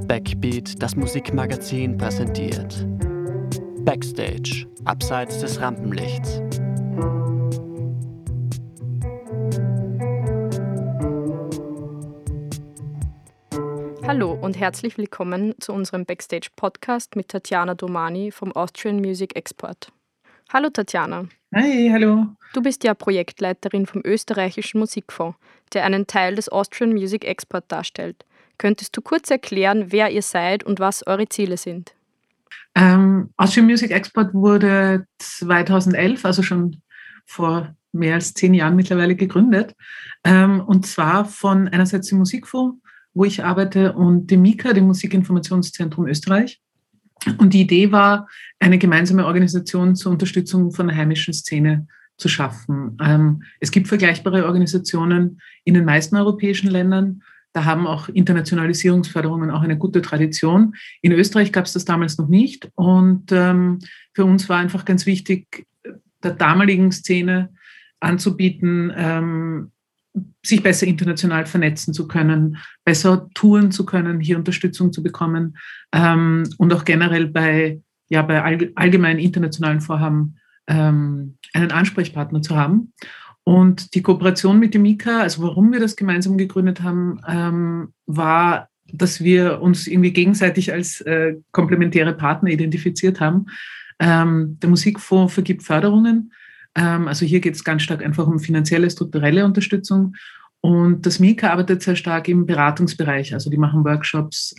Backbeat, das Musikmagazin, präsentiert Backstage, abseits des Rampenlichts. Hallo und herzlich willkommen zu unserem Backstage-Podcast mit Tatjana Domani vom Austrian Music Export. Hallo Tatjana. Hi, hallo. Du bist ja Projektleiterin vom österreichischen Musikfonds, der einen Teil des Austrian Music Export darstellt. Könntest du kurz erklären, wer ihr seid und was eure Ziele sind? Austrian Music Export wurde 2011, also schon vor mehr als 10 Jahren mittlerweile gegründet. Und zwar von einerseits dem Musikfonds, wo ich arbeite, und dem MIKA, dem Musikinformationszentrum Österreich. Und die Idee war, eine gemeinsame Organisation zur Unterstützung von der heimischen Szene zu schaffen. Es gibt vergleichbare Organisationen in den meisten europäischen Ländern. Da haben auch Internationalisierungsförderungen auch eine gute Tradition. In Österreich gab es das damals noch nicht. Und für uns war einfach ganz wichtig, der damaligen Szene anzubieten, sich besser international vernetzen zu können, besser touren zu können, hier Unterstützung zu bekommen und auch generell bei allgemeinen internationalen Vorhaben einen Ansprechpartner zu haben. Und die Kooperation mit dem MIKA, also warum wir das gemeinsam gegründet haben, war, dass wir uns irgendwie gegenseitig als komplementäre Partner identifiziert haben. Der Musikfonds vergibt Förderungen. Also hier geht es ganz stark einfach um finanzielle, strukturelle Unterstützung. Und das MIKA arbeitet sehr stark im Beratungsbereich. Also die machen Workshops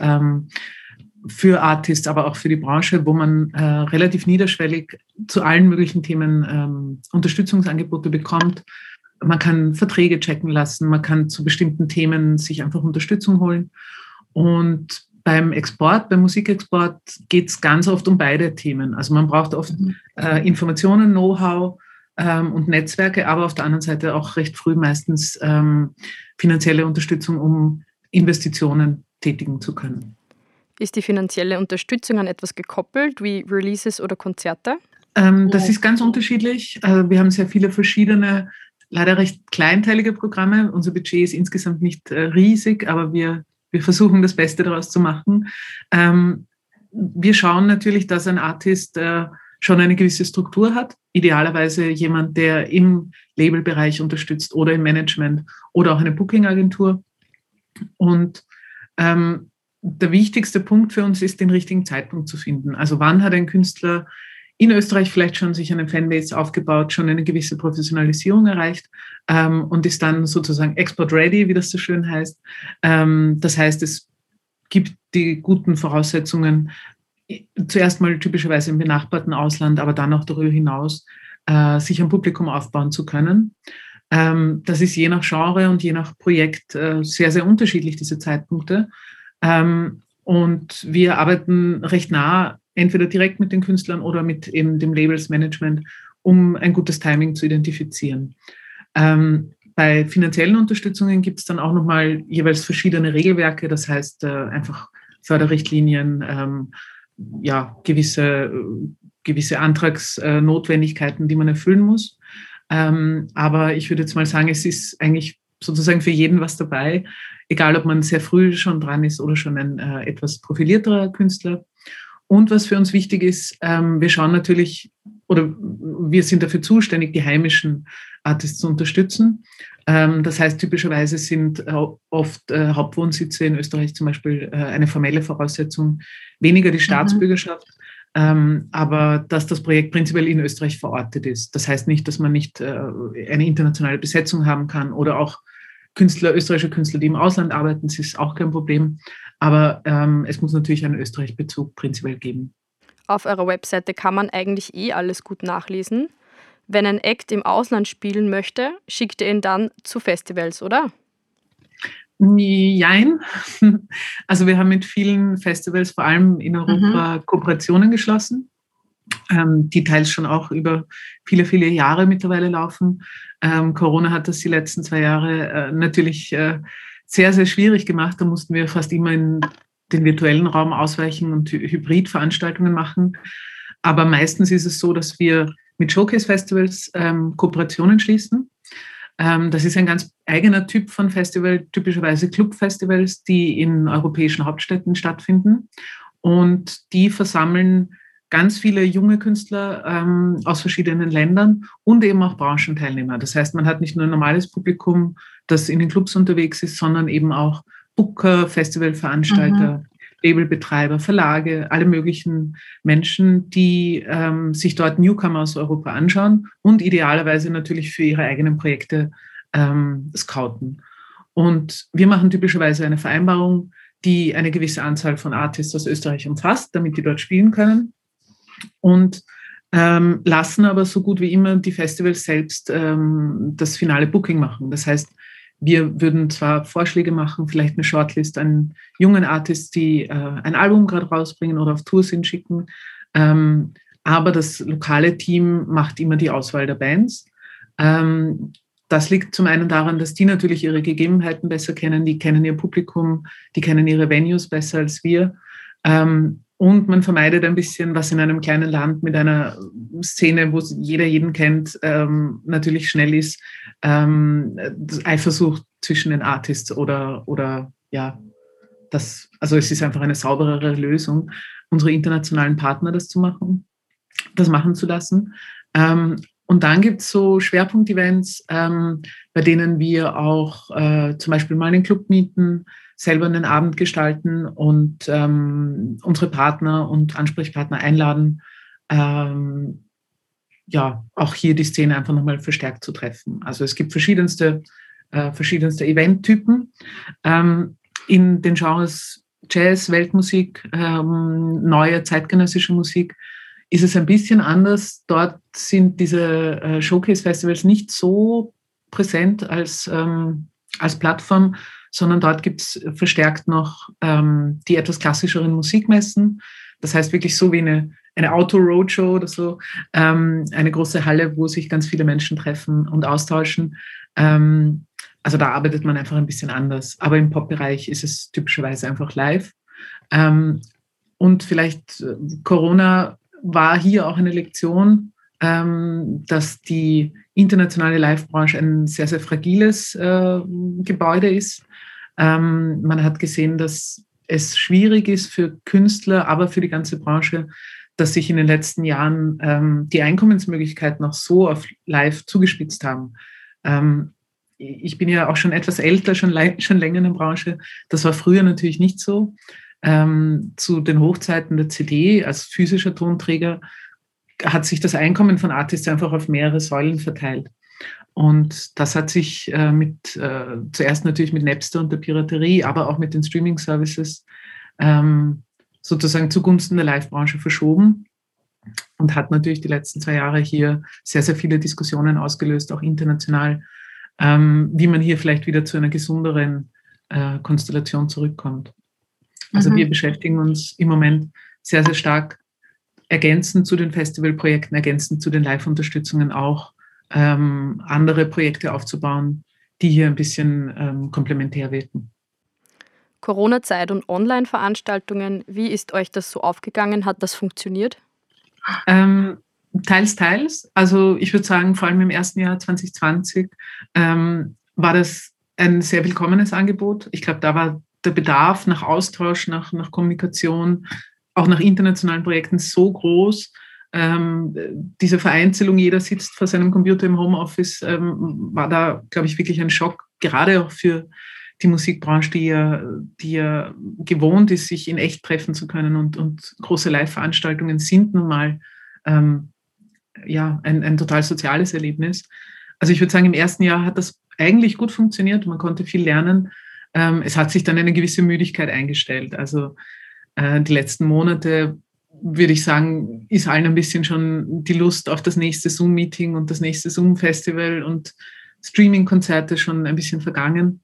für Artists, aber auch für die Branche, wo man relativ niederschwellig zu allen möglichen Themen Unterstützungsangebote bekommt. Man kann Verträge checken lassen, man kann zu bestimmten Themen sich einfach Unterstützung holen. Und beim Export, beim Musikexport geht es ganz oft um beide Themen. Also man braucht oft Informationen, Know-how und Netzwerke, aber auf der anderen Seite auch recht früh meistens finanzielle Unterstützung, um Investitionen tätigen zu können. Ist die finanzielle Unterstützung an etwas gekoppelt, wie Releases oder Konzerte? Das ist ganz unterschiedlich. Wir haben sehr viele verschiedene, leider recht kleinteilige Programme. Unser Budget ist insgesamt nicht riesig, aber wir versuchen das Beste daraus zu machen. Wir schauen natürlich, dass ein Artist schon eine gewisse Struktur hat. Idealerweise jemand, der im Labelbereich unterstützt oder im Management oder auch eine Booking-Agentur. Und der wichtigste Punkt für uns ist, den richtigen Zeitpunkt zu finden. Also wann hat ein Künstler in Österreich vielleicht schon sich eine Fanbase aufgebaut, schon eine gewisse Professionalisierung erreicht und ist dann sozusagen export-ready, wie das so schön heißt. Das heißt, es gibt die guten Voraussetzungen, zuerst mal typischerweise im benachbarten Ausland, aber dann auch darüber hinaus, sich ein Publikum aufbauen zu können. Das ist je nach Genre und je nach Projekt sehr, sehr unterschiedlich, diese Zeitpunkte. Und wir arbeiten recht nah, entweder direkt mit den Künstlern oder mit eben dem Labels-Management, um ein gutes Timing zu identifizieren. Bei finanziellen Unterstützungen gibt es dann auch nochmal jeweils verschiedene Regelwerke, das heißt einfach Förderrichtlinien, gewisse Antragsnotwendigkeiten, die man erfüllen muss. Aber ich würde jetzt mal sagen, es ist eigentlich sozusagen für jeden was dabei, egal ob man sehr früh schon dran ist oder schon ein etwas profilierterer Künstler. Und was für uns wichtig ist, wir schauen natürlich, oder wir sind dafür zuständig, die heimischen Artists zu unterstützen. Das heißt, typischerweise sind oft Hauptwohnsitze in Österreich zum Beispiel eine formelle Voraussetzung, weniger die Staatsbürgerschaft, aber dass das Projekt prinzipiell in Österreich verortet ist. Das heißt nicht, dass man nicht eine internationale Besetzung haben kann oder auch österreichische Künstler, die im Ausland arbeiten, das ist auch kein Problem. Aber es muss natürlich einen Österreich-Bezug prinzipiell geben. Auf eurer Webseite kann man eigentlich alles gut nachlesen. Wenn ein Act im Ausland spielen möchte, schickt ihr ihn dann zu Festivals, oder? Jein. Also wir haben mit vielen Festivals, vor allem in Europa, Kooperationen geschlossen, die teils schon auch über viele, viele Jahre mittlerweile laufen. Corona hat das die letzten 2 Jahre natürlich sehr, sehr schwierig gemacht. Da mussten wir fast immer in den virtuellen Raum ausweichen und Hybridveranstaltungen machen. Aber meistens ist es so, dass wir mit Showcase-Festivals Kooperationen schließen. Das ist ein ganz eigener Typ von Festival, typischerweise Clubfestivals, die in europäischen Hauptstädten stattfinden. Und die versammeln ganz viele junge Künstler aus verschiedenen Ländern und eben auch Branchenteilnehmer. Das heißt, man hat nicht nur ein normales Publikum, das in den Clubs unterwegs ist, sondern eben auch Booker, Festivalveranstalter, Labelbetreiber, Verlage, alle möglichen Menschen, die sich dort Newcomer aus Europa anschauen und idealerweise natürlich für ihre eigenen Projekte scouten. Und wir machen typischerweise eine Vereinbarung, die eine gewisse Anzahl von Artists aus Österreich umfasst, damit die dort spielen können. Und lassen aber so gut wie immer die Festivals selbst das finale Booking machen. Das heißt, wir würden zwar Vorschläge machen, vielleicht eine Shortlist an jungen Artists, die ein Album gerade rausbringen oder auf Tour sind, schicken, aber das lokale Team macht immer die Auswahl der Bands. Das liegt zum einen daran, dass die natürlich ihre Gegebenheiten besser kennen, die kennen ihr Publikum, die kennen ihre Venues besser als wir. Und man vermeidet ein bisschen, was in einem kleinen Land mit einer Szene, wo jeder jeden kennt, natürlich schnell ist, Eifersucht zwischen den Artists oder ja, also es ist einfach eine sauberere Lösung, unsere internationalen Partner das machen zu lassen. Und dann gibt es so Schwerpunkt-Events, bei denen wir auch zum Beispiel mal einen Club mieten, selber einen Abend gestalten und unsere Partner und Ansprechpartner einladen, ja, auch hier die Szene einfach nochmal verstärkt zu treffen. Also es gibt verschiedenste Eventtypen in den Genres Jazz, Weltmusik, neue zeitgenössische Musik. Ist es ein bisschen anders. Dort sind diese Showcase-Festivals nicht so präsent als Plattform, sondern dort gibt es verstärkt noch die etwas klassischeren Musikmessen. Das heißt wirklich so wie eine Auto-Roadshow oder so, eine große Halle, wo sich ganz viele Menschen treffen und austauschen. Also da arbeitet man einfach ein bisschen anders. Aber im Pop-Bereich ist es typischerweise einfach live. Und vielleicht Corona war hier auch eine Lektion, dass die internationale Live-Branche ein sehr, sehr fragiles Gebäude ist. Man hat gesehen, dass es schwierig ist für Künstler, aber für die ganze Branche, dass sich in den letzten Jahren die Einkommensmöglichkeiten auch so auf Live zugespitzt haben. Ich bin ja auch schon etwas älter, schon länger in der Branche. Das war früher natürlich nicht so. Zu den Hochzeiten der CD als physischer Tonträger hat sich das Einkommen von Artists einfach auf mehrere Säulen verteilt. Und das hat sich zuerst natürlich mit Napster und der Piraterie, aber auch mit den Streaming-Services sozusagen zugunsten der Live-Branche verschoben und hat natürlich die letzten 2 Jahre hier sehr, sehr viele Diskussionen ausgelöst, auch international, wie man hier vielleicht wieder zu einer gesunderen Konstellation zurückkommt. Also wir beschäftigen uns im Moment sehr, sehr stark ergänzend zu den Festivalprojekten, ergänzend zu den Live-Unterstützungen auch andere Projekte aufzubauen, die hier ein bisschen komplementär wirken. Corona-Zeit und Online-Veranstaltungen, wie ist euch das so aufgegangen? Hat das funktioniert? Teils, teils. Also ich würde sagen, vor allem im ersten Jahr 2020 war das ein sehr willkommenes Angebot. Ich glaube, da war der Bedarf nach Austausch, nach Kommunikation, auch nach internationalen Projekten so groß. Diese Vereinzelung, jeder sitzt vor seinem Computer im Homeoffice, war da, glaube ich, wirklich ein Schock, gerade auch für die Musikbranche, die ja gewohnt ist, sich in echt treffen zu können und große Live-Veranstaltungen sind nun mal ein total soziales Erlebnis. Also ich würde sagen, im ersten Jahr hat das eigentlich gut funktioniert, man konnte viel lernen. Es hat sich dann eine gewisse Müdigkeit eingestellt. Also die letzten Monate, würde ich sagen, ist allen ein bisschen schon die Lust auf das nächste Zoom-Meeting und das nächste Zoom-Festival und Streaming-Konzerte schon ein bisschen vergangen.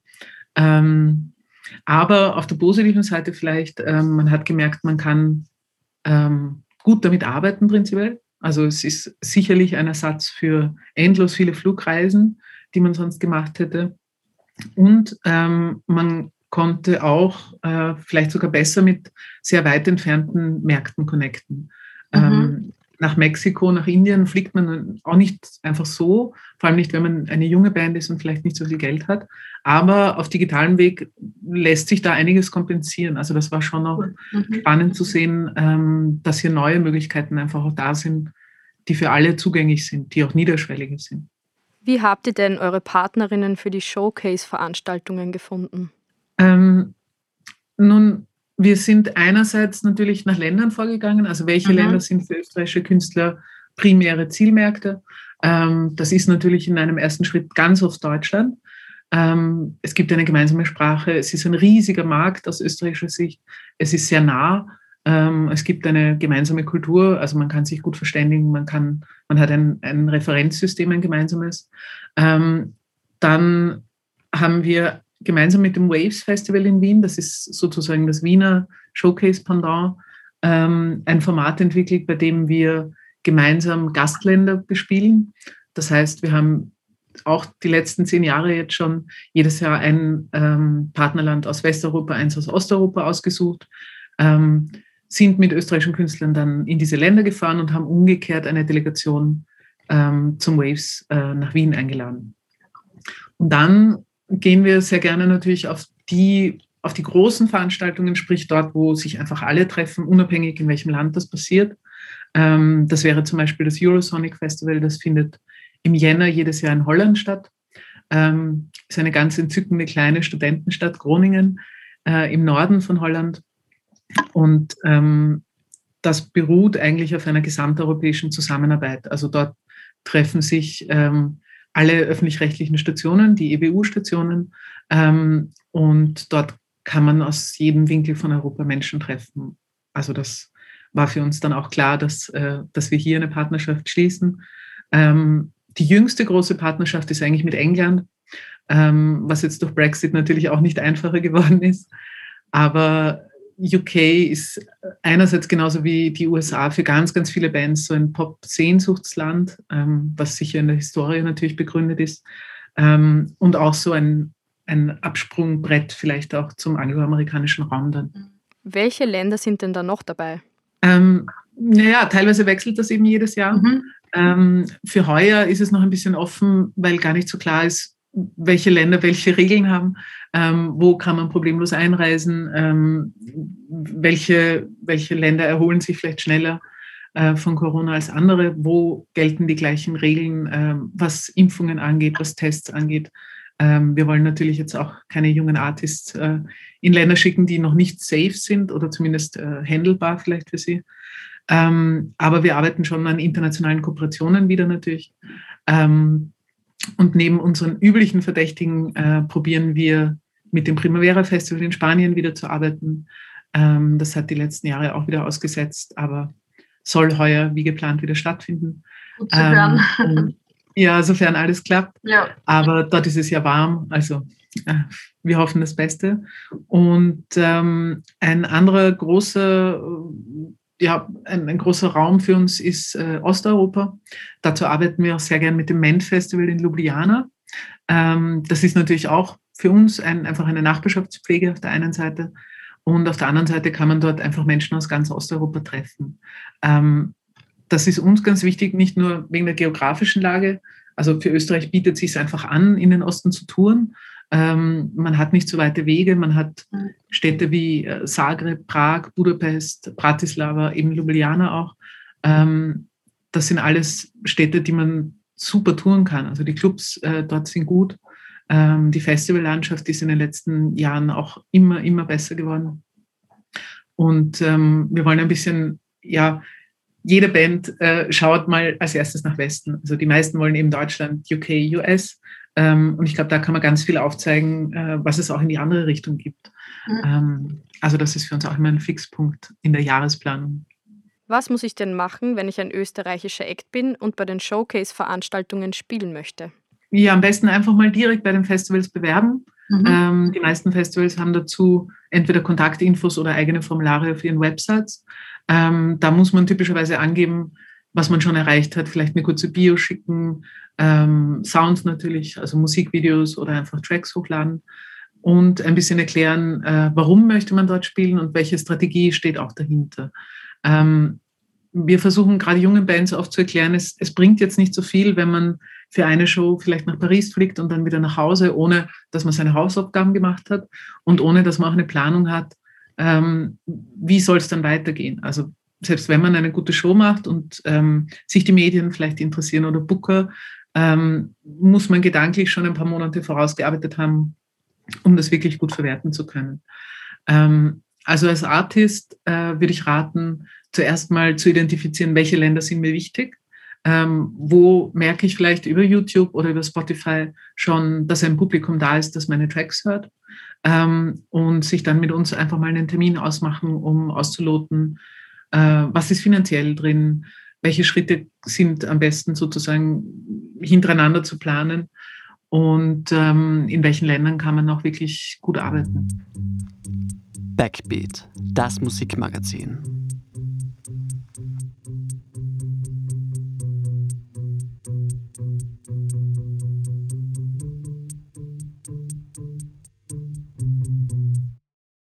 Aber auf der positiven Seite vielleicht, man hat gemerkt, man kann gut damit arbeiten prinzipiell. Also es ist sicherlich ein Ersatz für endlos viele Flugreisen, die man sonst gemacht hätte. Und man konnte auch vielleicht sogar besser mit sehr weit entfernten Märkten connecten. nach Mexiko, nach Indien fliegt man auch nicht einfach so, vor allem nicht, wenn man eine junge Band ist und vielleicht nicht so viel Geld hat. Aber auf digitalem Weg lässt sich da einiges kompensieren. Also das war schon auch spannend zu sehen, dass hier neue Möglichkeiten einfach auch da sind, die für alle zugänglich sind, die auch niederschwelliger sind. Wie habt ihr denn eure Partnerinnen für die Showcase-Veranstaltungen gefunden? Nun, wir sind einerseits natürlich nach Ländern vorgegangen, also welche Länder sind für österreichische Künstler primäre Zielmärkte. Das ist natürlich in einem ersten Schritt ganz oft Deutschland. Es gibt eine gemeinsame Sprache, es ist ein riesiger Markt aus österreichischer Sicht, es ist sehr nah, es gibt eine gemeinsame Kultur, also man kann sich gut verständigen, man hat ein Referenzsystem, ein gemeinsames. Dann haben wir gemeinsam mit dem Waves Festival in Wien, das ist sozusagen das Wiener Showcase-Pendant, ein Format entwickelt, bei dem wir gemeinsam Gastländer bespielen. Das heißt, wir haben auch die letzten 10 Jahre jetzt schon jedes Jahr ein Partnerland aus Westeuropa, eins aus Osteuropa ausgesucht, sind mit österreichischen Künstlern dann in diese Länder gefahren und haben umgekehrt eine Delegation zum Waves nach Wien eingeladen. Und dann gehen wir sehr gerne natürlich auf die großen Veranstaltungen, sprich dort, wo sich einfach alle treffen, unabhängig in welchem Land das passiert. Das wäre zum Beispiel das Eurosonic Festival, das findet im Jänner jedes Jahr in Holland statt. Ist eine ganz entzückende kleine Studentenstadt, Groningen, im Norden von Holland. Und das beruht eigentlich auf einer gesamteuropäischen Zusammenarbeit. Also dort treffen sich alle öffentlich-rechtlichen Stationen, die EBU-Stationen, und dort kann man aus jedem Winkel von Europa Menschen treffen. Also das war für uns dann auch klar, dass wir hier eine Partnerschaft schließen. Die jüngste große Partnerschaft ist eigentlich mit England, was jetzt durch Brexit natürlich auch nicht einfacher geworden ist. Aber UK ist einerseits genauso wie die USA für ganz, ganz viele Bands so ein Pop-Sehnsuchtsland, was sicher in der Historie natürlich begründet ist, und auch so ein Absprungbrett vielleicht auch zum angloamerikanischen Raum dann. Welche Länder sind denn da noch dabei? Teilweise wechselt das eben jedes Jahr. Für heuer ist es noch ein bisschen offen, weil gar nicht so klar ist, welche Länder welche Regeln haben, wo kann man problemlos einreisen, welche Länder erholen sich vielleicht schneller von Corona als andere, wo gelten die gleichen Regeln, was Impfungen angeht, was Tests angeht. Wir wollen natürlich jetzt auch keine jungen Artists in Länder schicken, die noch nicht safe sind oder zumindest handelbar vielleicht für sie. Aber wir arbeiten schon an internationalen Kooperationen wieder natürlich. Und neben unseren üblichen Verdächtigen probieren wir mit dem Primavera Festival in Spanien wieder zu arbeiten. Das hat die letzten Jahre auch wieder ausgesetzt, aber soll heuer wie geplant wieder stattfinden. Gut zu hören. Ja, sofern alles klappt. Ja. Aber dort ist es ja warm, also wir hoffen das Beste. Und ein anderer großer ein großer Raum für uns ist Osteuropa. Dazu arbeiten wir auch sehr gern mit dem MEND Festival in Ljubljana. Das ist natürlich auch für uns einfach eine Nachbarschaftspflege auf der einen Seite. Und auf der anderen Seite kann man dort einfach Menschen aus ganz Osteuropa treffen. Das ist uns ganz wichtig, nicht nur wegen der geografischen Lage. Also für Österreich bietet es sich einfach an, in den Osten zu touren. Man hat nicht so weite Wege, man hat Städte wie Zagreb, Prag, Budapest, Bratislava, eben Ljubljana auch. Das sind alles Städte, die man super touren kann. Also die Clubs dort sind gut. Die Festivallandschaft ist in den letzten Jahren auch immer besser geworden. Und wir wollen ein bisschen, jede Band schaut mal als erstes nach Westen. Also die meisten wollen eben Deutschland, UK, US. Und ich glaube, da kann man ganz viel aufzeigen, was es auch in die andere Richtung gibt. Also das ist für uns auch immer ein Fixpunkt in der Jahresplanung. Was muss ich denn machen, wenn ich ein österreichischer Act bin und bei den Showcase-Veranstaltungen spielen möchte? Ja, am besten einfach mal direkt bei den Festivals bewerben. Die meisten Festivals haben dazu entweder Kontaktinfos oder eigene Formulare auf ihren Websites. Da muss man typischerweise angeben, was man schon erreicht hat, vielleicht eine kurze Bio schicken, Sounds natürlich, also Musikvideos oder einfach Tracks hochladen und ein bisschen erklären, warum möchte man dort spielen und welche Strategie steht auch dahinter. wir versuchen gerade jungen Bands auch zu erklären, es bringt jetzt nicht so viel, wenn man für eine Show vielleicht nach Paris fliegt und dann wieder nach Hause, ohne dass man seine Hausaufgaben gemacht hat und ohne dass man auch eine Planung hat, wie soll es dann weitergehen. Also selbst wenn man eine gute Show macht und sich die Medien vielleicht interessieren oder Booker, muss man gedanklich schon ein paar Monate vorausgearbeitet haben, um das wirklich gut verwerten zu können. Also als Artist würde ich raten, zuerst mal zu identifizieren, welche Länder sind mir wichtig. Wo merke ich vielleicht über YouTube oder über Spotify schon, dass ein Publikum da ist, das meine Tracks hört. Und sich dann mit uns einfach mal einen Termin ausmachen, um auszuloten, was ist finanziell drin, welche Schritte sind am besten sozusagen hintereinander zu planen und in welchen Ländern kann man auch wirklich gut arbeiten. Backbeat, das Musikmagazin.